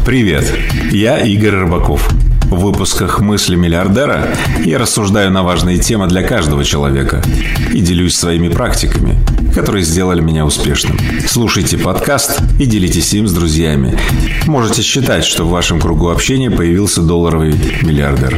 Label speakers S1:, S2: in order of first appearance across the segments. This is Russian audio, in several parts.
S1: Привет, я Игорь Рыбаков. В выпусках «Мысли миллиардера» я рассуждаю на важные темы для каждого человека и делюсь своими практиками, которые сделали меня успешным. Слушайте подкаст и делитесь им с друзьями. Можете считать, что в вашем кругу общения появился долларовый миллиардер.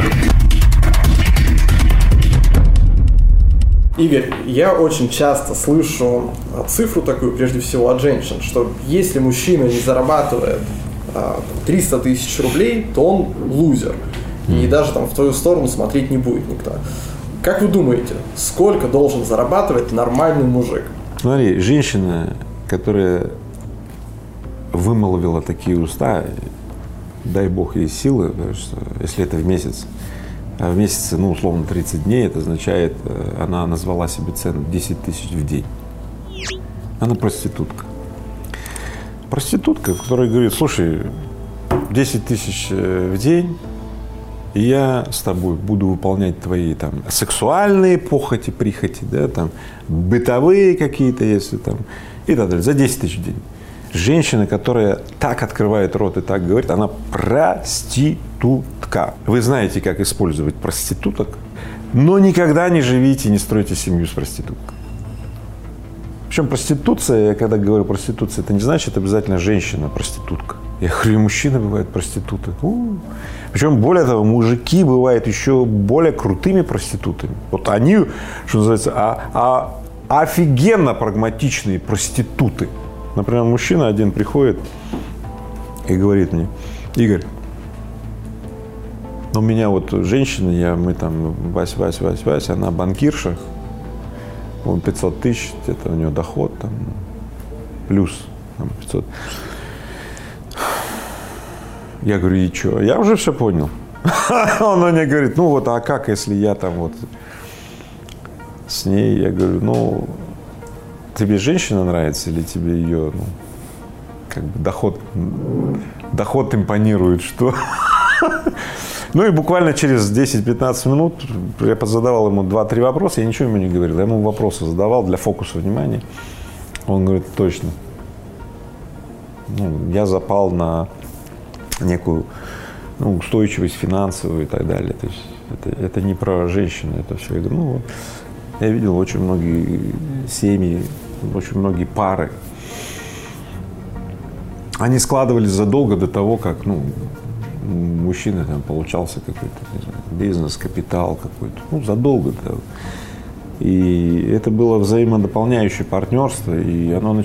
S2: Игорь, я очень часто слышу цифру такую, прежде всего от женщин, что если мужчина не зарабатывает 300 тысяч рублей, то он лузер. И даже там в твою сторону смотреть не будет никто. Как вы думаете, сколько должен зарабатывать нормальный мужик?
S3: Смотри, женщина, которая вымолвила такие уста, дай бог ей силы, потому что если это в месяц, а в месяце, условно, 30 дней, это означает, она назвала себе цену 10 тысяч в день. Она проститутка. Проститутка, которая говорит: слушай, 10 тысяч в день, и я с тобой буду выполнять твои там сексуальные похоти, прихоти, да, там, бытовые какие-то, если там, и так далее, за 10 тысяч в день. Женщина, которая так открывает рот и так говорит, она проститутка. Вы знаете, как использовать проституток, но никогда не живите, не стройте семью с проституткой. Причем проституция, я когда говорю проституция, это не значит обязательно женщина-проститутка. Я говорю, и мужчины бывают проституты. Причем, более того, мужики бывают еще более крутыми проститутами. Вот они, что называется, офигенно прагматичные проституты. Например, мужчина один приходит и говорит мне: Игорь, у меня вот женщина, мы там, Вась, она банкирша, 500 тысяч, это у нее доход, там, плюс там, 500. Я говорю, и что? Я уже все понял. Он мне говорит, а как, если я там вот с ней? Я говорю, тебе женщина нравится или тебе ее, доход импонирует, что? И буквально через 10-15 минут я задавал ему 2-3 вопроса, я ничего ему не говорил, я ему вопросы задавал для фокуса внимания. Он говорит, точно. Я запал на некую устойчивость финансовую и так далее. То есть это не про женщину, это все. Я говорю, я видел очень многие семьи, очень многие пары. Они складывались задолго до того, как, мужчина там получался какой-то, не знаю, бизнес, капитал какой-то, задолго до того. И это было взаимодополняющее партнерство, и оно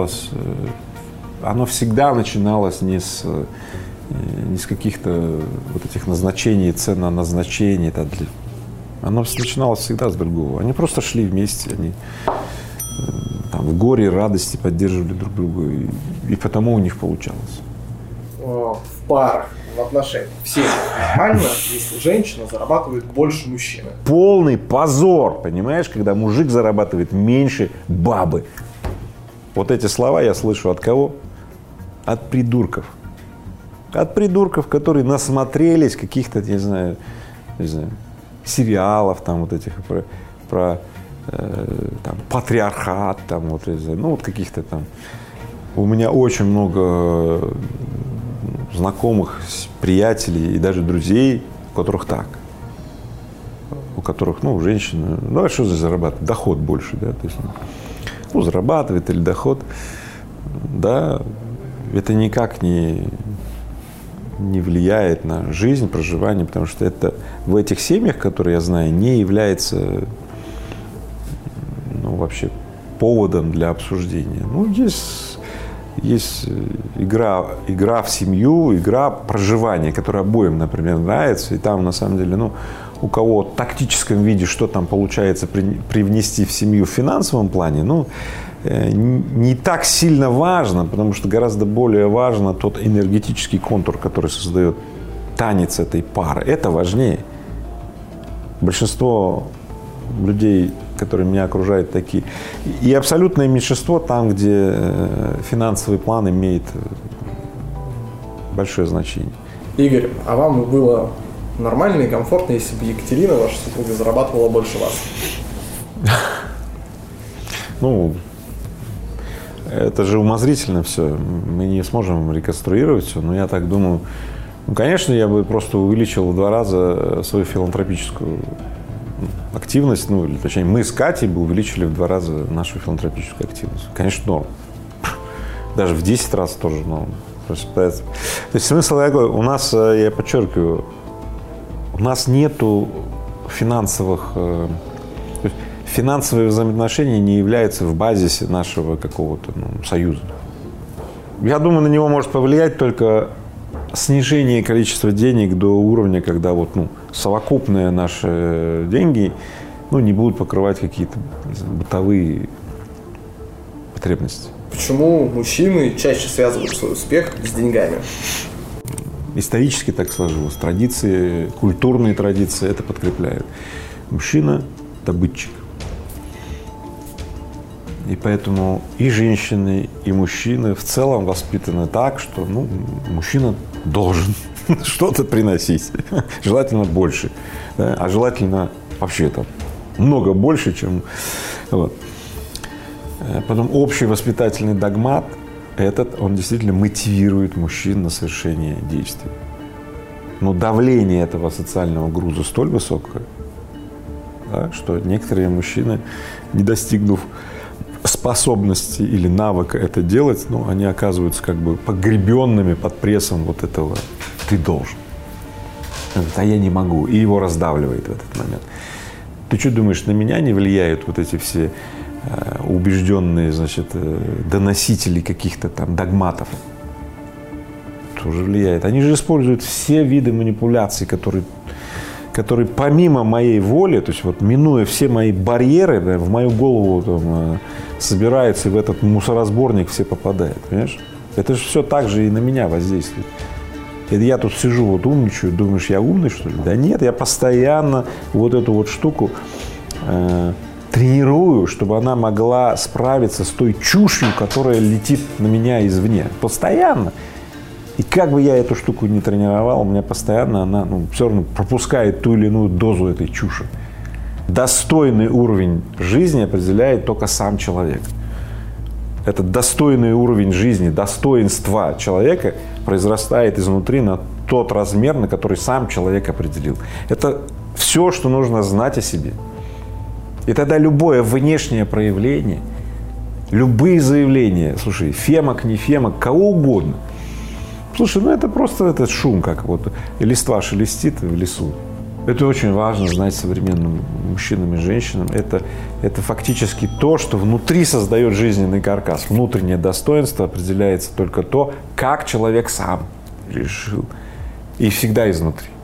S3: всегда начиналось не с каких-то вот этих назначений, ценоназначений. Оно начиналось всегда с другого. Они просто шли вместе, они там в горе, радости поддерживали друг друга, и потому у них получалось.
S2: В парах, в отношениях все нормально, если женщина зарабатывает больше мужчины.
S3: Полный позор, понимаешь, когда мужик зарабатывает меньше бабы. Вот эти слова я слышу от кого? От придурков. От придурков, которые насмотрелись каких-то, не знаю, сериалов там вот этих про патриархат, там вот, каких-то там. У меня очень много знакомых, приятелей и даже друзей, у которых так. У которых, женщина, что за зарабатывает? Доход больше, да, то есть, зарабатывает или доход, да, это никак не влияет на жизнь, проживание, потому что это в этих семьях, которые я знаю, не является вообще поводом для обсуждения. Есть игра в семью, игра проживания, которая обоим, например, нравится, и там на самом деле, у кого в тактическом виде что там получается привнести в семью в финансовом плане, не так сильно важно, потому что гораздо более важно тот энергетический контур, который создает танец этой пары. Это важнее. Большинство людей, которые меня окружают, такие. И абсолютное меньшинство там, где финансовый план имеет большое значение.
S2: Игорь, а вам было нормально и комфортно, если бы Екатерина, ваша супруга, зарабатывала больше вас?
S3: это же умозрительно все. Мы не сможем реконструировать все, но я так думаю, ну, конечно, я бы просто увеличил в 2 раза свою филантропическую активность, ну, или точнее, мы с Катей бы увеличили в 2 раза нашу филантропическую активность. Конечно, норм. Даже в 10 раз тоже норм. То есть смысл такой, у нас, я подчеркиваю, у нас нету финансовых, то есть финансовые взаимоотношения не являются в базисе нашего какого-то союза. Я думаю, на него может повлиять только снижение количества денег до уровня, когда вот, совокупные наши деньги, не будут покрывать какие-то бытовые потребности.
S2: Почему мужчины чаще связывают свой успех с деньгами?
S3: Исторически так сложилось. Традиции, культурные традиции это подкрепляют. Мужчина – добытчик. И поэтому и женщины, и мужчины в целом воспитаны так, что мужчина должен что-то приносить. Желательно больше. Да? А желательно вообще-то много больше, чем… Вот. Потом общий воспитательный догмат, он действительно мотивирует мужчин на совершение действий. Но давление этого социального груза столь высокое, да, что некоторые мужчины, не достигнув способности или навыка это делать, они оказываются как бы погребенными под прессом вот этого «ты должен». А я не могу. И его раздавливает в этот момент. Ты что думаешь, на меня не влияют вот эти все убежденные, доносители каких-то там догматов? Тоже влияет. Они же используют все виды манипуляций, которые помимо моей воли, то есть вот минуя все мои барьеры, да, в мою голову там, собирается и в этот мусоросборник все попадают, понимаешь? Это же все так же и на меня воздействует. Это я тут сижу, вот умничаю, думаешь, я умный, что ли? Да нет, я постоянно вот эту вот штуку тренирую, чтобы она могла справиться с той чушью, которая летит на меня извне. Постоянно. И как бы я эту штуку не тренировал, у меня постоянно она все равно пропускает ту или иную дозу этой чуши. Достойный уровень жизни определяет только сам человек. Этот достойный уровень жизни, достоинства человека произрастает изнутри на тот размер, на который сам человек определил. Это все, что нужно знать о себе. И тогда любое внешнее проявление, любые заявления, слушай, фемок, не фемок, кого угодно. Слушай, это просто этот шум, как вот листва шелестит в лесу. Это очень важно знать современным мужчинам и женщинам. Это фактически то, что внутри создает жизненный каркас. Внутреннее достоинство определяется только то, как человек сам решил. И всегда изнутри.